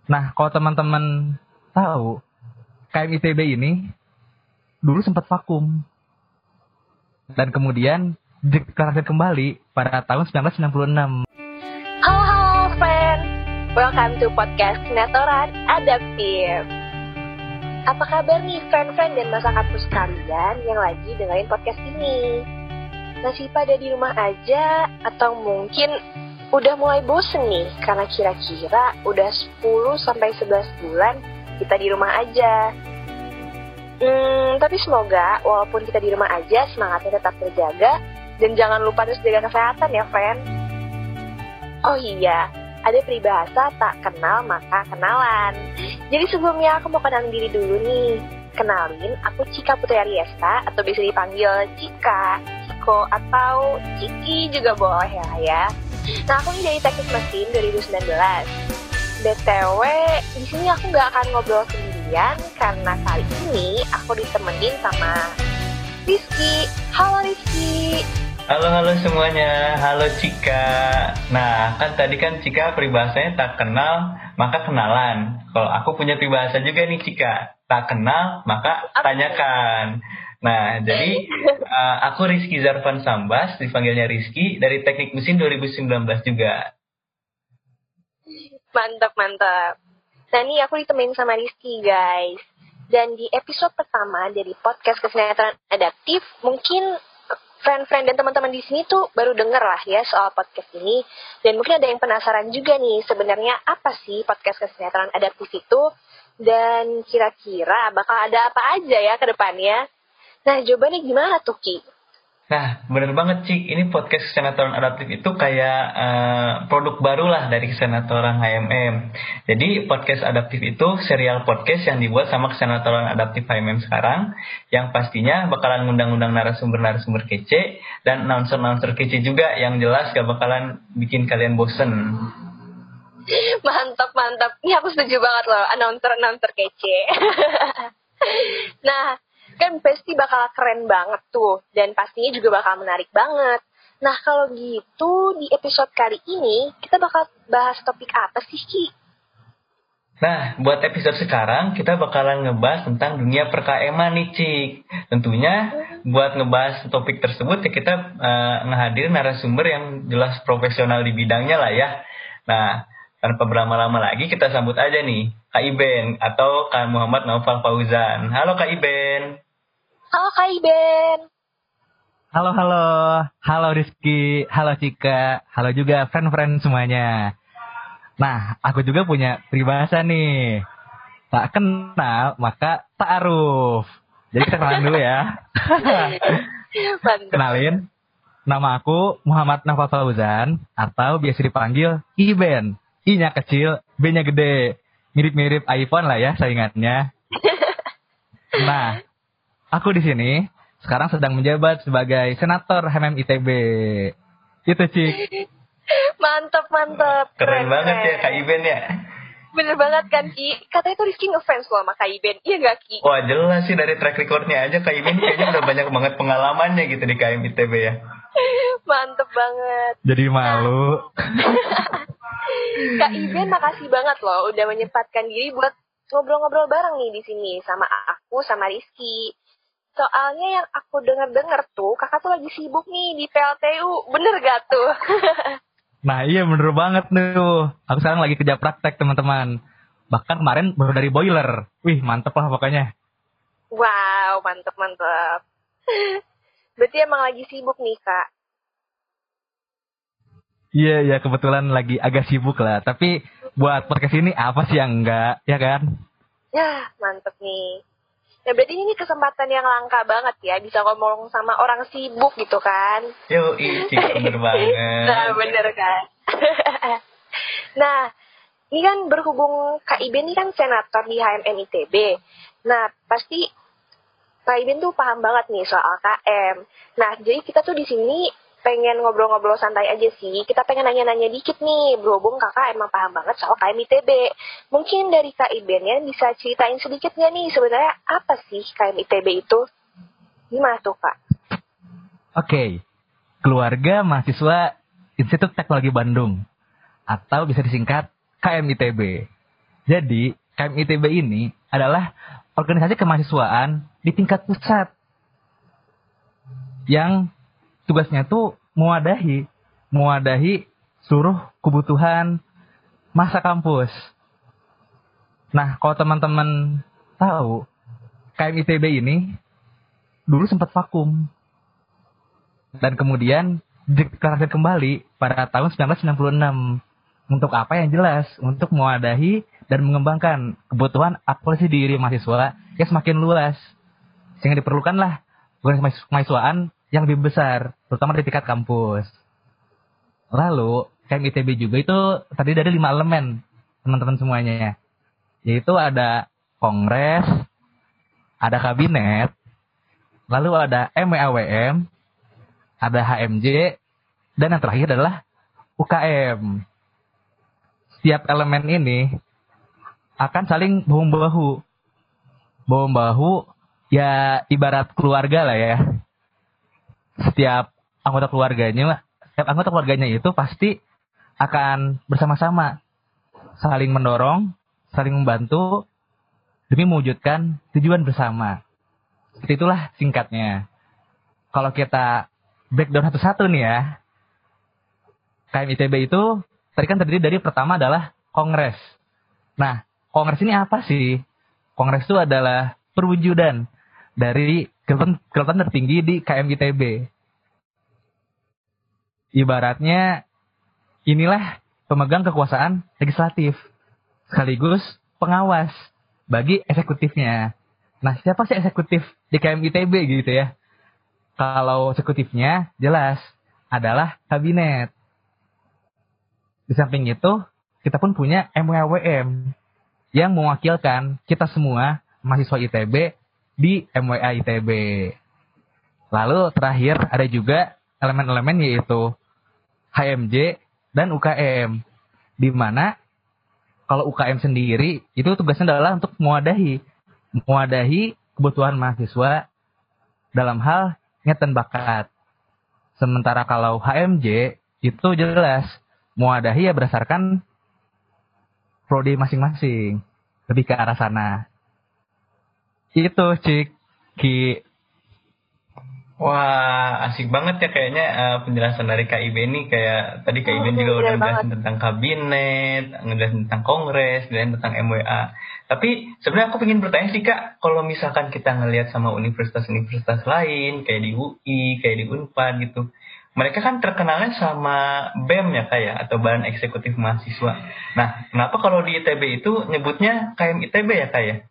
Nah, kalau teman-teman tahu, KM ITB ini dulu sempat vakum. Dan kemudian diklarasikan kembali pada tahun 1996. Halo friend, welcome to podcast Senatoran Adaptif. Apa kabar nih friend-friend dan masa kampus kalian yang lagi dengerin podcast ini? Masih pada di rumah aja atau mungkin udah mulai bosen nih karena kira-kira udah 10-11 bulan kita di rumah aja. Tapi semoga walaupun kita di rumah aja semangatnya tetap terjaga dan jangan lupa terus jaga kesehatan ya friend. Oh iya, ada peribahasa tak kenal maka kenalan. Jadi sebelumnya aku mau kenalin diri dulu nih. Kenalin, aku Cika Putri Ariesta atau bisa dipanggil Cika, Ciko atau Ciki juga boleh ya. Nah, aku ini dari Teknik Mesin 2019. BTW, di sini aku nggak akan ngobrol sendirian karena kali ini aku ditemenin sama Rizky. Halo Rizky. Halo semuanya, halo Cika. Nah, tadi Cika peribahasanya tak kenal maka kenalan. Kalau aku punya peribahasa juga nih Cika, tak kenal maka tanyakan. Nah, jadi aku Rizky Zarvan Sambas, dipanggilnya Rizky, dari Teknik Mesin 2019 juga. Mantap. Nah, ini aku ditemenin sama Rizky, guys. Dan di episode pertama dari podcast Kesenatoran Adaptif, mungkin friend-friend dan teman-teman di sini tuh baru denger lah ya soal podcast ini. Dan mungkin ada yang penasaran juga nih, sebenarnya apa sih podcast Kesenatoran Adaptif itu? Dan kira-kira bakal ada apa aja ya ke depannya? Nah, jawabannya gimana tuh, Ki? Nah, bener banget, Cik. Ini podcast Kesenatoran Adaptif itu kayak produk baru lah dari Kesenatoran HMM. Jadi, podcast adaptif itu serial podcast yang dibuat sama Kesenatoran Adaptif HMM sekarang, yang pastinya bakalan ngundang-undang narasumber-narasumber kece, dan announcer-announcer kece juga, yang jelas gak bakalan bikin kalian bosen. Mantap. Ini aku setuju banget loh, announcer kece. Nah, kan pasti bakal keren banget tuh, dan pastinya juga bakal menarik banget. Nah, kalau gitu, di episode kali ini, kita bakal bahas topik apa sih, Ki? Nah, buat episode sekarang, kita bakalan ngebahas tentang dunia per-KM-an nih, Cik. Tentunya, buat ngebahas topik tersebut, ya kita ngehadirin narasumber yang jelas profesional di bidangnya lah ya. Nah, tanpa berlama-lama lagi, kita sambut aja nih, Kak Iben, atau Kak Muhammad Naufal Fauzan. Halo, Kak Iben. Halo Kak Iben. Halo Rizky, halo Cika, halo juga friend-friend semuanya. Nah, aku juga punya peribahasa nih. Tak kenal maka ta'aruf. Jadi kita kenalan dulu ya. Kenalin, nama aku Muhammad Naufal Fauzan atau biasa dipanggil Iben. I-nya kecil, B-nya gede. Mirip-mirip iPhone lah ya saingannya. Nah, aku di sini sekarang sedang menjabat sebagai senator HMM ITB. Itu, Cik. Mantap. Keren banget ya Kak Iben ya. Bener banget kan, Ki? Katanya tuh Rizky ngefans loh sama Kak Iben. Iya gak, Ki? Wah, jelas sih dari track recordnya aja Kak Iben kayaknya udah banyak banget pengalamannya gitu di KM ITB ya. Mantep banget. Jadi malu. Kak Iben makasih banget loh udah menyempatkan diri buat ngobrol-ngobrol bareng nih di sini sama aku sama Rizky. Soalnya yang aku dengar tuh kakak tuh lagi sibuk nih di PLTU, bener gak tuh? Nah iya bener banget tuh. Aku sekarang lagi kerja praktek teman-teman. Bahkan kemarin baru dari boiler. Wih mantep lah pokoknya. Wow mantep. Berarti emang lagi sibuk nih Kak? Iya kebetulan lagi agak sibuk lah. Tapi buat podcast ini apa sih yang enggak, ya kan? Ya mantep nih. Nah berarti ini kesempatan yang langka banget ya, bisa ngomong sama orang sibuk gitu kan. Cik, bener banget. Nah bener kan. Nah ini kan berhubung Kak Iben ini kan senator di HMM ITB. Nah pasti Kak Iben tuh paham banget nih soal KM. Nah jadi kita tuh di sini pengen ngobrol-ngobrol santai aja sih. Kita pengen nanya-nanya dikit nih, berhubung kakak emang paham banget soal KM ITB. Mungkin dari Kak Iben ya bisa ceritain sedikit nggak nih sebenarnya apa sih KM ITB itu? Gimana tuh Kak? Oke, keluarga mahasiswa Institut Teknologi Bandung atau bisa disingkat KM ITB. Jadi, KM ITB ini adalah organisasi kemahasiswaan di tingkat pusat yang tugasnya tuh mewadahi seluruh kebutuhan masa kampus. Nah, kalau teman-teman tahu, KM ITB ini dulu sempat vakum. Dan kemudian dideklarasikan kembali pada tahun 1996. Untuk apa yang jelas? Untuk mewadahi dan mengembangkan kebutuhan aktualisasi diri mahasiswa yang semakin luas. Sehingga diperlukanlah organisasi kemahasiswaan yang lebih besar, terutama di tingkat kampus. Lalu, KM ITB juga itu terdiri dari 5 elemen, teman-teman semuanya. Yaitu ada kongres, ada kabinet, lalu ada MEAWM, ada HMJ, dan yang terakhir adalah UKM. Setiap elemen ini akan saling bahu-membahu. Bahu-membahu ya ibarat keluarga lah ya. Setiap anggota keluarganya itu pasti akan bersama-sama saling mendorong, saling membantu demi mewujudkan tujuan bersama. Seperti itulah singkatnya. Kalau kita breakdown satu-satu nih ya, KM ITB itu tadi kan terdiri dari pertama adalah kongres. Nah, kongres ini apa sih? Kongres itu adalah perwujudan dari kegiatan tertinggi di KM ITB. Ibaratnya inilah pemegang kekuasaan legislatif sekaligus pengawas bagi eksekutifnya. Nah, siapa sih eksekutif di KM ITB gitu ya? Kalau eksekutifnya jelas adalah kabinet. Di samping itu, kita pun punya MWAWM yang mewakilkan kita semua mahasiswa ITB di MWA ITB. Lalu terakhir ada juga elemen-elemen yaitu HMJ dan UKM. Di mana kalau UKM sendiri itu tugasnya adalah untuk mewadahi kebutuhan mahasiswa dalam hal minat dan bakat. Sementara kalau HMJ itu jelas mewadahi ya berdasarkan prodi masing-masing. Lebih ke arah sana. Itu Ki. Wah, asik banget ya kayaknya penjelasan dari KIB ini. Kayak tadi KIB juga udah ngejelasin tentang kabinet, ngejelasin tentang kongres, dan tentang MWA. Tapi sebenarnya aku ingin bertanya sih Kak, kalau misalkan kita ngelihat sama universitas-universitas lain, kayak di UI, kayak di Unpad gitu, mereka kan terkenalnya sama BEM ya Kak ya, atau Badan Eksekutif Mahasiswa. Nah, kenapa kalau di ITB itu nyebutnya KM ITB ya Kak ya?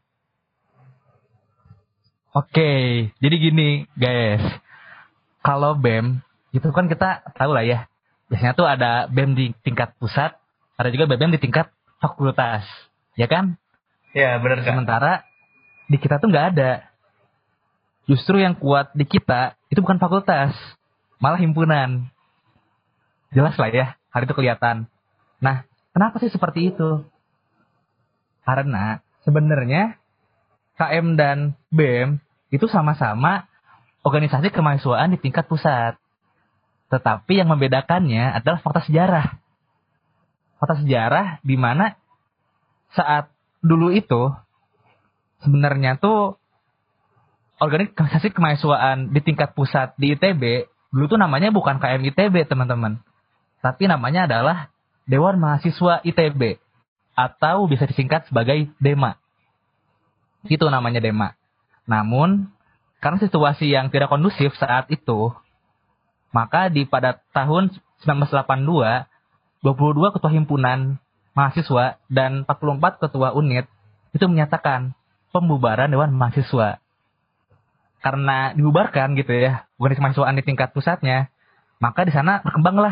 Oke, jadi gini guys. Kalau BEM, itu kan kita tahu lah ya. Biasanya tuh ada BEM di tingkat pusat, ada juga BEM di tingkat fakultas. Ya kan? Ya, benar Kak. Sementara di kita tuh nggak ada. Justru yang kuat di kita itu bukan fakultas, malah himpunan. Jelas lah ya, hal itu kelihatan. Nah, kenapa sih seperti itu? Karena sebenarnya KM dan BEM itu sama-sama organisasi kemahasiswaan di tingkat pusat. Tetapi yang membedakannya adalah fakta sejarah. Fakta sejarah di mana saat dulu itu sebenarnya tuh organisasi kemahasiswaan di tingkat pusat di ITB dulu tuh namanya bukan KM ITB teman-teman. Tapi namanya adalah Dewan Mahasiswa ITB atau bisa disingkat sebagai DEMA. Itu namanya DEMA. Namun, karena situasi yang tidak kondusif saat itu, maka pada tahun 1982, 22 ketua himpunan mahasiswa dan 44 ketua unit itu menyatakan pembubaran Dewan Mahasiswa. Karena dibubarkan gitu ya, organisasi mahasiswaan di tingkat pusatnya, maka di sana berkembanglah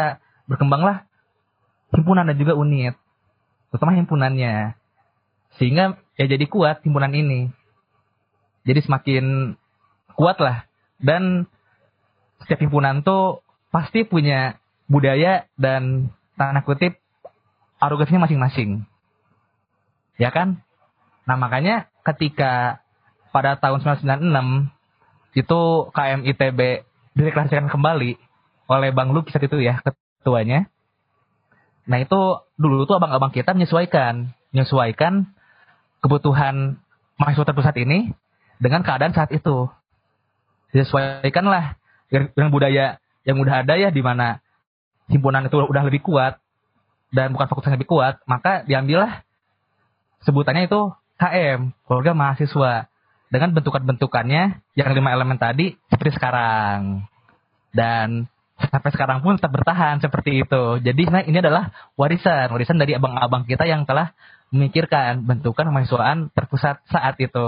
himpunan dan juga unit, terutama himpunannya. Sehingga ya jadi kuat himpunan ini. Jadi semakin kuat lah. Dan setiap himpunan tuh pasti punya budaya dan tanda kutip arogansinya masing-masing. Ya kan? Nah makanya ketika pada tahun 1996 itu KM ITB dideklarasikan kembali oleh Bang Luki saat itu ya ketuanya. Nah itu dulu tuh abang-abang kita menyesuaikan menyesuaikan kebutuhan mahasiswa terpusat ini dengan keadaan saat itu. Disesuaikanlah dengan budaya yang udah ada ya, di mana himpunan itu udah lebih kuat dan bukan fakultas yang lebih kuat, maka diambillah sebutannya itu KM, keluarga mahasiswa, dengan bentukan-bentukannya yang 5 elemen tadi seperti sekarang. Dan sampai sekarang pun tetap bertahan seperti itu. Jadi ini adalah warisan dari abang-abang kita yang telah memikirkan bentukan kemahasiswaan terpusat saat itu.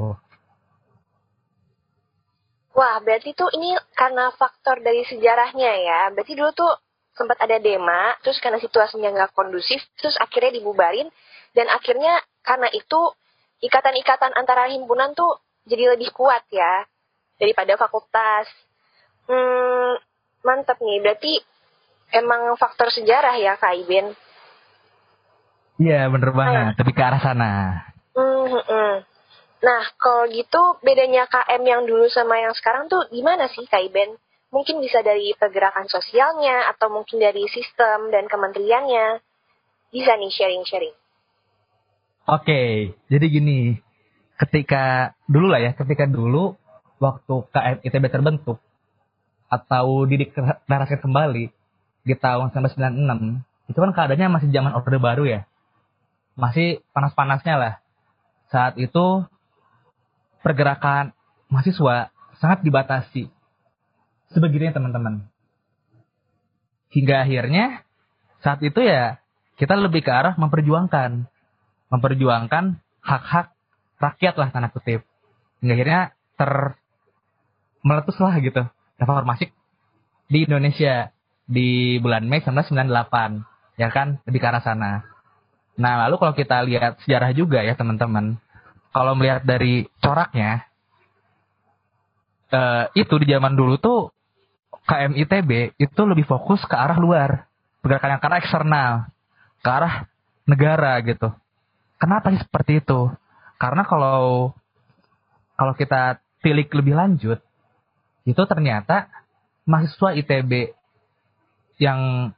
Wah, berarti tuh ini karena faktor dari sejarahnya ya. Berarti dulu tuh sempat ada dema, terus karena situasinya nggak kondusif, terus akhirnya dibubarin, dan akhirnya karena itu ikatan-ikatan antara himpunan tuh jadi lebih kuat ya daripada fakultas. Mantap nih, berarti emang faktor sejarah ya Kak Iben? Iya, bener banget, lebih ke arah sana. Nah, kalau gitu bedanya KM yang dulu sama yang sekarang tuh gimana sih Kak Iben? Mungkin bisa dari pergerakan sosialnya, atau mungkin dari sistem dan kementeriannya. Bisa nih sharing-sharing. Oke, jadi gini, ketika dulu waktu KM ITB terbentuk atau dideklarasikan kembali di tahun 1996, itu kan keadaannya masih zaman Orde Baru ya, masih panas-panasnya lah. Saat itu pergerakan mahasiswa sangat dibatasi sebegininya teman-teman, hingga akhirnya saat itu ya kita lebih ke arah memperjuangkan hak-hak rakyat lah, tanda kutip. Hingga akhirnya meletuslah gitu reformasi di Indonesia di bulan Mei 1998, ya kan, lebih ke arah sana. Nah, lalu kalau kita lihat sejarah juga ya teman-teman, kalau melihat dari coraknya, itu di zaman dulu tuh KM ITB itu lebih fokus ke arah luar, pergerakan yang ke arah eksternal, ke arah negara gitu. Kenapa sih seperti itu? Karena kalau kita tilik lebih lanjut, itu ternyata mahasiswa ITB yang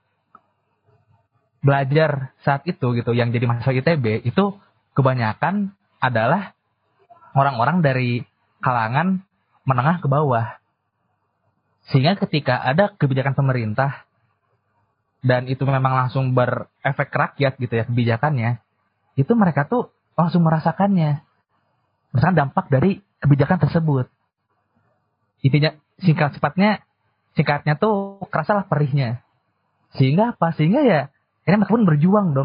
belajar saat itu gitu, yang jadi mahasiswa ITB itu kebanyakan adalah orang-orang dari kalangan menengah ke bawah. Sehingga ketika ada kebijakan pemerintah dan itu memang langsung berefek rakyat gitu ya kebijakannya, itu mereka tuh langsung merasakannya dampak dari kebijakan tersebut. Intinya singkatnya tuh kerasalah perihnya. Sehingga ya ini mereka pun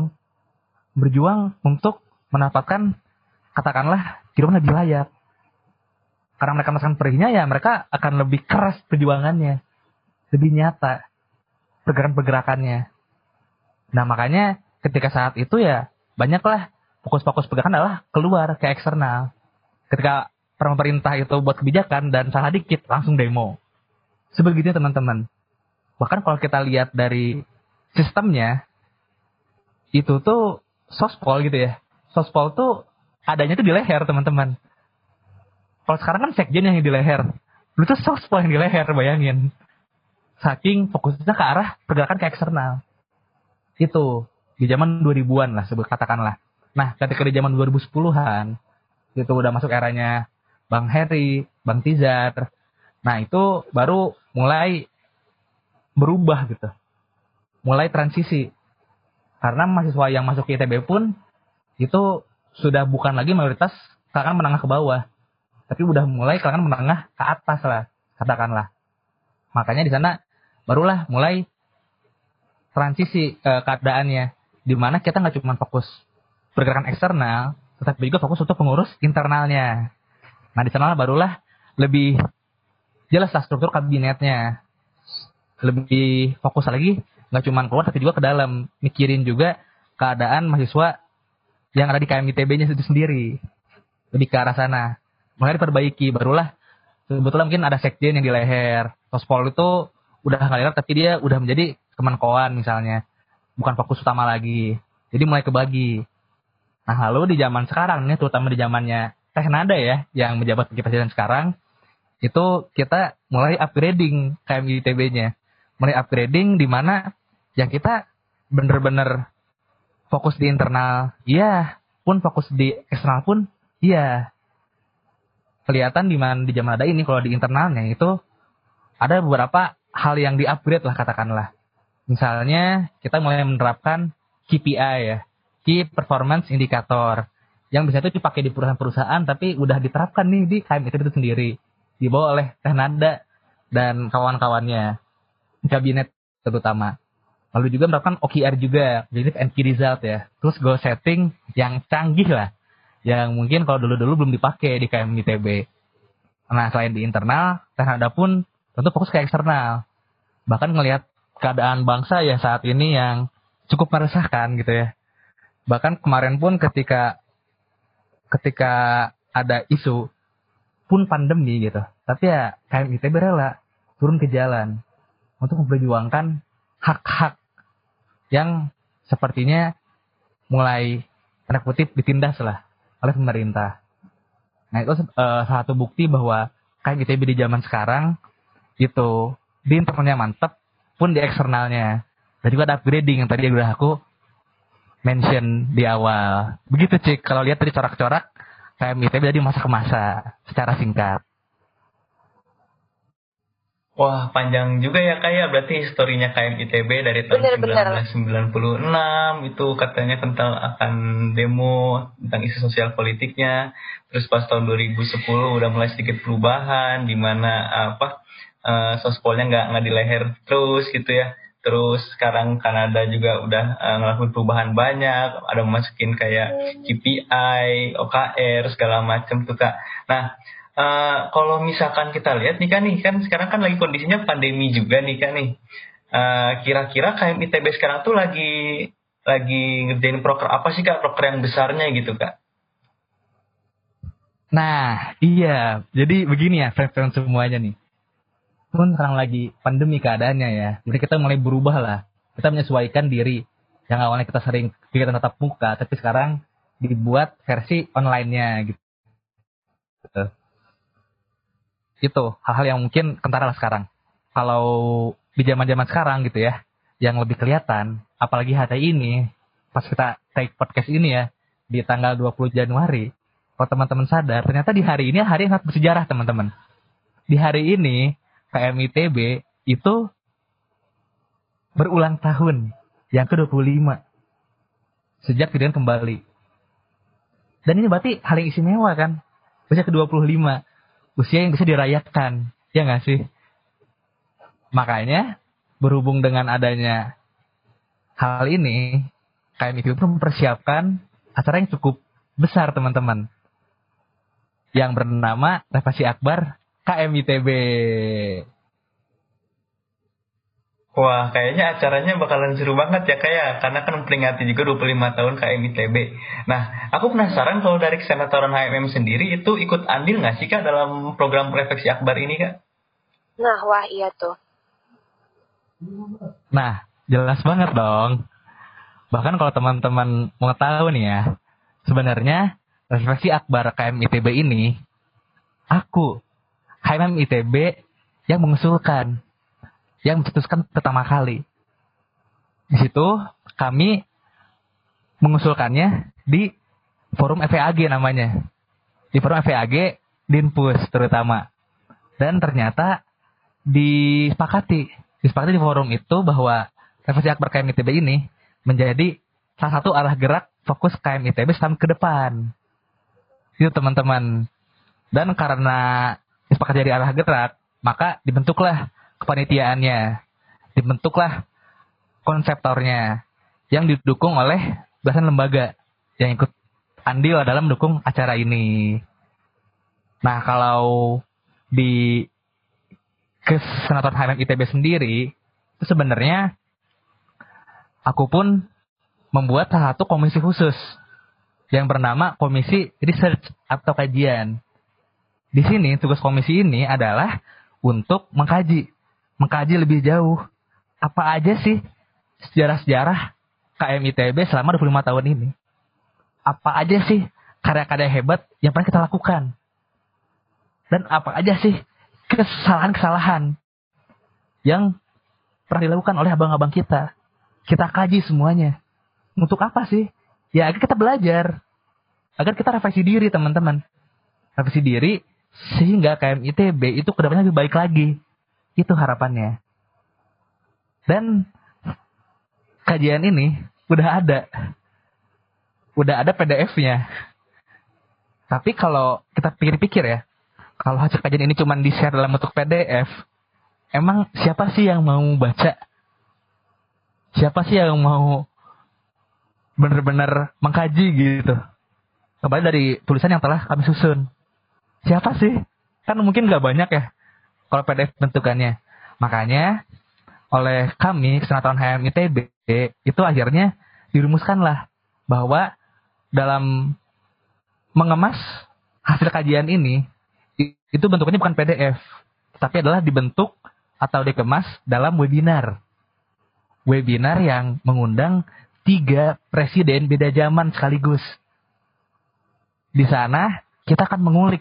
berjuang untuk mendapatkan katakanlah kehidupan lebih layak. Karena mereka merasakan perihnya ya mereka akan lebih keras perjuangannya, lebih nyata pergerakannya. Nah makanya ketika saat itu ya banyaklah fokus pergerakan adalah keluar ke eksternal. Ketika pemerintah itu buat kebijakan dan salah dikit langsung demo. Sebegitunya teman-teman. Bahkan kalau kita lihat dari sistemnya, itu tuh sospol gitu ya. Sospol tuh adanya tuh di leher teman-teman. Kalau sekarang kan sekjen yang di leher. Dulu tuh sospol yang di leher, bayangin. Saking fokusnya ke arah pergerakan ke eksternal. Itu di zaman 2000-an lah katakanlah. Nah, ketika di zaman 2010-an itu udah masuk eranya Bang Heri, Bang Tizar. Nah, itu baru mulai berubah gitu. Mulai transisi. Karena mahasiswa yang masuk ke ITB pun itu sudah bukan lagi mayoritas kalangan menengah ke bawah, tapi udah mulai kalangan menengah ke atas lah, katakanlah. Makanya di sana barulah mulai transisi keadaannya, di mana kita nggak cuma fokus pergerakan eksternal, tetapi juga fokus untuk pengurus internalnya. Nah di sana barulah lebih jelas lah struktur kabinetnya, lebih fokus lagi nggak cuma keluar tapi juga ke dalam, mikirin juga keadaan mahasiswa yang ada di KM ITB-nya itu sendiri, lebih ke arah sana. Mulai diperbaiki, barulah sebetulnya mungkin ada sekjen yang di leher, sospol itu udah nggak leher tapi dia udah menjadi kemenkoan misalnya, bukan fokus utama lagi, jadi mulai kebagi. Nah lalu di zaman sekarang nih, terutama di zamannya Teh Nada ya, yang menjabat sebagai presiden sekarang, itu kita mulai upgrading KM ITB-nya, mulai upgrading di mana yang kita bener-bener fokus di internal, iya. Pun fokus di eksternal pun, iya. Kelihatan di zaman ada ini, kalau di internalnya itu ada beberapa hal yang di-upgrade lah katakanlah. Misalnya kita mulai menerapkan KPI ya, Key Performance Indicator, yang bisa itu dipakai di perusahaan-perusahaan, tapi udah diterapkan nih di KMITB itu sendiri, dibawa oleh Teh Nada dan kawan-kawannya, kabinet terutama. Lalu juga menerapkan OKR juga, Objective and Key Result ya. Terus goal setting yang canggih lah, yang mungkin kalau dulu-dulu belum dipakai di KMITB. Nah, selain di internal, Teh Nada pun tentu fokus ke eksternal. Bahkan ngelihat keadaan bangsa ya saat ini yang cukup meresahkan gitu ya. Bahkan kemarin pun ketika ada isu pun pandemi gitu. Tapi ya KMITB rela turun ke jalan untuk memperjuangkan hak-hak yang sepertinya mulai tanda kutip ditindas lah oleh pemerintah. Nah itu salah satu bukti bahwa KMITB di zaman sekarang itu di internalnya mantep pun di eksternalnya. Dan juga ada upgrading yang tadi udah aku mention di awal. Begitu Cik, kalau lihat tadi corak-corak KMITB dari masa ke masa secara singkat. Wah, panjang juga ya Kak, berarti historinya KMITB dari tahun 1996 itu katanya tentang akan demo tentang isu sosial politiknya. Terus pas tahun 2010 udah mulai sedikit perubahan di mana sospolnya nggak di leher terus gitu ya. Terus sekarang Kanada juga udah ngelakuin perubahan banyak, ada masukin kayak KPI, OKR segala macam tuh Kak. Nah, kalau misalkan kita lihat nih kan sekarang kan lagi kondisinya pandemi juga nih Kak nih. Kira-kira KMITB sekarang tuh lagi ngerjain proker apa sih Kak, proker yang besarnya gitu Kak? Nah, iya. Jadi begini ya, friend-friend semuanya nih. Pun sekarang lagi pandemi keadaannya ya. Jadi kita mulai berubah lah. Kita menyesuaikan diri. Yang awalnya kita sering kegiatan tatap muka, tapi sekarang dibuat versi online-nya gitu. Itu hal-hal yang mungkin kentara lah sekarang. Kalau di zaman-zaman sekarang gitu ya, yang lebih kelihatan, apalagi hari ini, pas kita take podcast ini ya, di tanggal 20 Januari, kalau teman-teman sadar, ternyata di hari ini hari yang sangat bersejarah teman-teman. Di hari ini, KMITB itu berulang tahun yang ke-25 sejak didirikan kembali. Dan ini berarti hal yang istimewa kan? Usia ke-25, usia yang bisa dirayakan, ya nggak sih? Makanya berhubung dengan adanya hal ini, KMITB pun mempersiapkan acara yang cukup besar teman-teman, yang bernama Refleksi Akbar KMITB. Wah, kayaknya acaranya bakalan seru banget ya kayak, karena kan memperingati juga 25 tahun KMITB. Nah, aku penasaran kalau dari Senatoran HMM sendiri itu ikut andil nggak sih Kak dalam program Refleksi Akbar ini Kak? Nah, wah iya tuh. Nah, jelas banget dong. Bahkan kalau teman-teman mau tahu nih ya, sebenarnya Refleksi Akbar KMITB ini, aku HMM ITB yang mengusulkan, yang mencetuskan pertama kali. Di situ kami mengusulkannya di forum FEAG namanya. Di forum FEAG, Dinpus terutama. Dan ternyata disepakati di forum itu bahwa Refleksi Akbar KMITB ini menjadi salah satu arah gerak fokus KMITB sampai ke depan. Itu teman-teman. Dan karena disepakati jadi arah gerak, maka dibentuklah kepanitiaannya, dibentuklah konseptornya, yang didukung oleh belasan lembaga yang ikut andil dalam mendukung acara ini. Nah, kalau di Senatoran HMM ITB sendiri, itu sebenarnya aku pun membuat salah satu komisi khusus yang bernama Komisi Research atau Kajian. Di sini tugas komisi ini adalah untuk mengkaji lebih jauh apa aja sih sejarah-sejarah KMITB selama 25 tahun ini. Apa aja sih karya-karya hebat yang pernah kita lakukan. Dan apa aja sih kesalahan-kesalahan yang pernah dilakukan oleh abang-abang kita. Kita kaji semuanya. Untuk apa sih? Ya agar kita belajar. Agar kita refleksi diri teman-teman. Refleksi diri sehingga KM ITB itu kedepannya lebih baik lagi. Itu harapannya. Dan kajian ini udah ada PDF-nya. Tapi kalau kita pikir-pikir ya, kalau hasil kajian ini cuma di-share dalam bentuk PDF, emang siapa sih yang mau baca? Siapa sih yang mau benar-benar mengkaji gitu? Kembali dari tulisan yang telah kami susun. Siapa sih? Kan mungkin nggak banyak ya kalau PDF bentukannya. Makanya oleh kami, Senatoran HM ITB, itu akhirnya dirumuskanlah bahwa dalam mengemas hasil kajian ini, itu bentukannya bukan PDF, tapi adalah dibentuk atau dikemas dalam webinar. Webinar yang mengundang 3 presiden beda zaman sekaligus. Di sana kita akan mengulik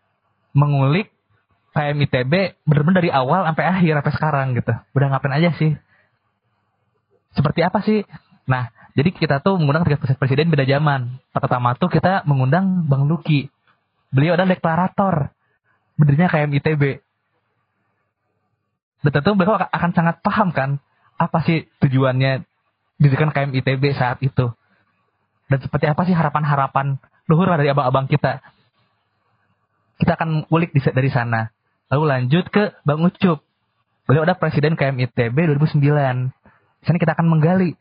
KM ITB benar-benar dari awal sampai akhir sampai sekarang gitu. Udah ngapain aja sih? Seperti apa sih? Nah, jadi kita tuh mengundang 3 presiden beda zaman. Pertama tuh kita mengundang Bang Luki. Beliau adalah deklarator berdirinya KM ITB. Dan tentu beliau akan sangat paham kan apa sih tujuannya didirikan KM ITB saat itu. Dan seperti apa sih harapan-harapan luhur dari abang-abang kita. Kita akan ulik dari sana. Lalu lanjut ke Bang Ucup. Beliau ada presiden KM ITB 2009. Di sana kita akan menggali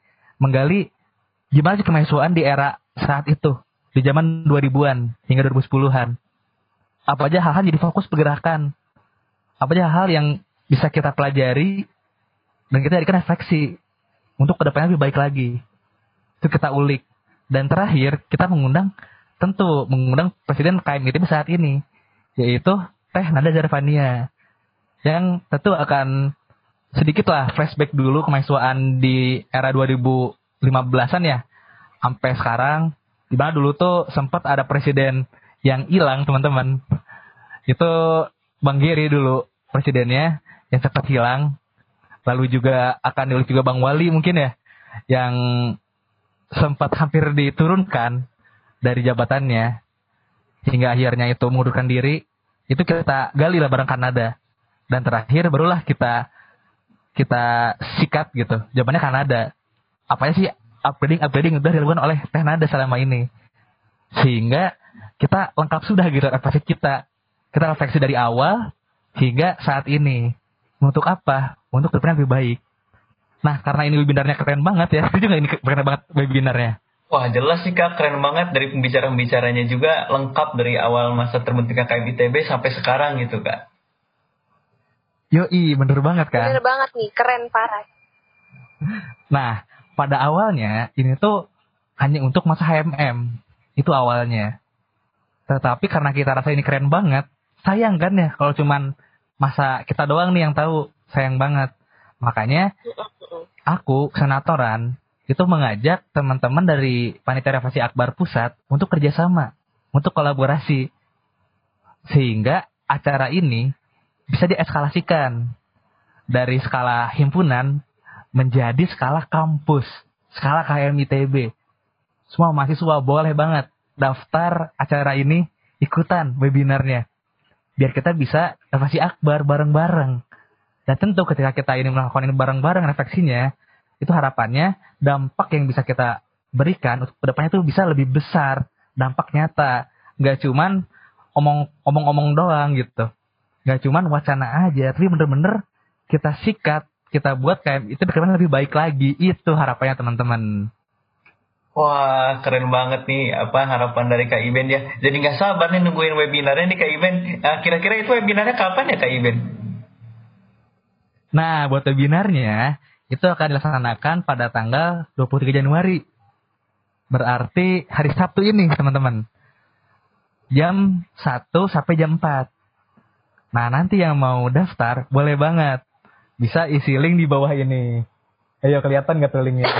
gimana sih kemahasiswaan di era saat itu, di zaman 2000-an hingga 2010-an. Apa aja hal-hal jadi fokus pergerakan. Apa aja hal yang bisa kita pelajari dan kita jadikan refleksi untuk kedepannya lebih baik lagi. Itu kita ulik. Dan terakhir kita mengundang presiden KM ITB saat ini, yaitu Teh Nada Zarvania, yang tentu akan sedikit lah flashback dulu kemahasiswaan di era 2015-an ya, sampai sekarang. Di mana dulu tuh sempat ada presiden yang hilang teman-teman. Itu Bang Giri dulu presidennya yang sempat hilang. Lalu juga akan diulik juga Bang Wali mungkin ya, yang sempat hampir diturunkan dari jabatannya hingga akhirnya itu mengundurkan diri. Itu kita gali lah bareng Kanada. Dan terakhir barulah kita sikat gitu. Jawabannya Kanada. Apanya sih upgrading udah dilakukan oleh Teh Nada selama ini. Sehingga kita lengkap sudah gitu refleksi kita. Kita refleksi dari awal hingga saat ini. Untuk apa? Untuk kedepannya lebih baik. Nah, karena ini webinarnya keren banget ya. Setuju nggak ini keren banget webinarnya? Wah, jelas sih Kak, keren banget. Dari pembicara-pembicaranya juga lengkap dari awal masa terbentuknya KM ITB sampai sekarang gitu Kak. Yoi, bener banget kan? Bener banget nih, keren parah. Nah, pada awalnya ini tuh hanya untuk masa HMM. Itu awalnya. Tetapi karena kita rasa ini keren banget, sayang kan ya kalau cuman masa kita doang nih yang tahu, sayang banget. Makanya aku, Senatoran, itu mengajak teman-teman dari Panitia Refleksi Akbar Pusat untuk kerjasama, untuk kolaborasi. Sehingga acara ini bisa dieskalasikan dari skala himpunan menjadi skala kampus, skala KM ITB. Semua mahasiswa boleh banget daftar acara ini, ikutan webinarnya. Biar kita bisa refleksi akbar bareng-bareng. Dan tentu ketika kita ini melakukan ini bareng-bareng refleksinya, itu harapannya dampak yang bisa kita berikan untuk kedepannya itu bisa lebih besar, dampak nyata. Nggak cuman omong-omong doang gitu. Nggak cuman wacana aja, tapi bener-bener kita sikat, kita buat kayak itu bagaimana lebih baik lagi. Itu harapannya teman-teman. Wah, keren banget nih harapan dari Kak Iben ya. Jadi nggak sabar nih nungguin webinarnya nih Kak Iben. Nah, kira-kira itu webinarnya kapan ya Kak Iben? Nah, buat webinarnya itu akan dilaksanakan pada tanggal 23 Januari. Berarti hari Sabtu ini, teman-teman. Jam 1 sampai jam 4. Nah, nanti yang mau daftar, boleh banget. Bisa isi link di bawah ini. Ayo, kelihatan nggak tuh linknya?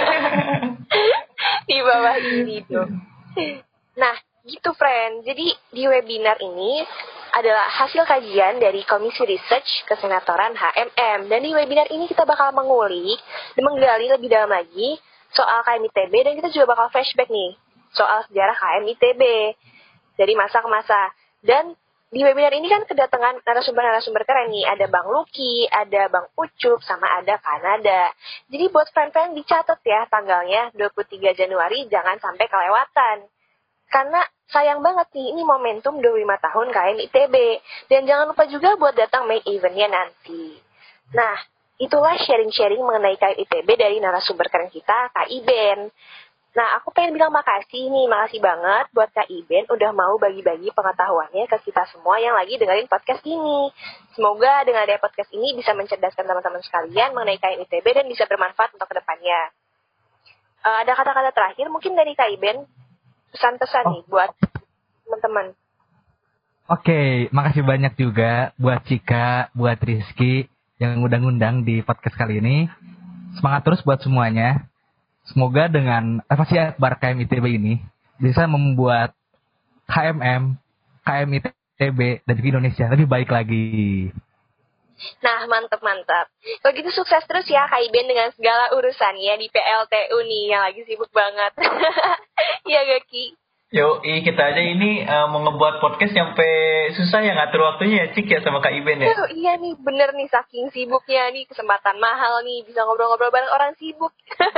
Di bawah ini tuh. Nah, gitu friend. Jadi di webinar ini adalah hasil kajian dari Komisi Research Kesenatoran HMM. Dan di webinar ini kita bakal mengulik dan menggali lebih dalam lagi soal KM ITB dan kita juga bakal flashback nih soal sejarah KM ITB dari masa ke masa. Dan di webinar ini kan kedatangan narasumber-narasumber keren nih. Ada Bang Lucky, ada Bang Ucup, sama ada Kanada. Jadi buat friend-friend dicatat ya tanggalnya 23 Januari, jangan sampai kelewatan. Karena sayang banget nih, ini momentum 25 tahun KM ITB. Dan jangan lupa juga buat datang main eventnya nanti. Nah, itulah sharing-sharing mengenai KM ITB dari narasumber keren kita, Kak Iben. Nah, aku pengen bilang makasih banget buat Kak Iben udah mau bagi-bagi pengetahuannya ke kita semua yang lagi dengerin podcast ini. Semoga dengan adanya podcast ini bisa mencerdaskan teman-teman sekalian mengenai KM ITB dan bisa bermanfaat untuk kedepannya. Ada kata-kata terakhir mungkin dari Kak Iben, pesan-pesan nih buat teman-teman. Oke, makasih banyak juga buat Cika, buat Rizky yang ngundang-ngundang di podcast kali ini. Semangat terus buat semuanya. Semoga dengan evaluasi akbar KM ITB ini bisa membuat KM ITB dan Indonesia lebih baik lagi. Nah, mantap. Kalau gitu sukses terus ya Kak Iben dengan segala urusannya di PLTU nih yang lagi sibuk banget. Iya gak Ki? Yoi, kita aja ini mau ngebuat podcast sampai susah ya ngatur waktunya ya Cik ya sama Kak Iben ya. Iya nih, bener nih saking sibuknya nih, kesempatan mahal nih bisa ngobrol-ngobrol bareng orang sibuk.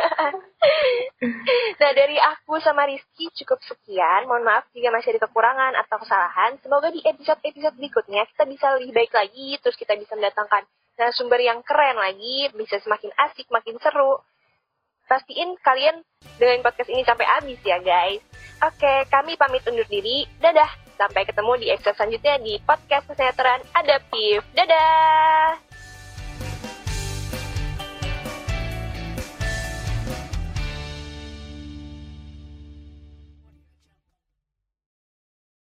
Nah, dari aku sama Rizky cukup sekian. Mohon maaf jika masih ada kekurangan atau kesalahan. Semoga di episode-episode berikutnya kita bisa lebih baik lagi, terus kita bisa mendatangkan narasumber yang keren lagi, bisa semakin asik, makin seru. Pastiin kalian dengerin podcast ini sampai habis ya guys. Oke, kami pamit undur diri. Dadah. Sampai ketemu di episode selanjutnya di podcast kesehatan adaptif. Dadah.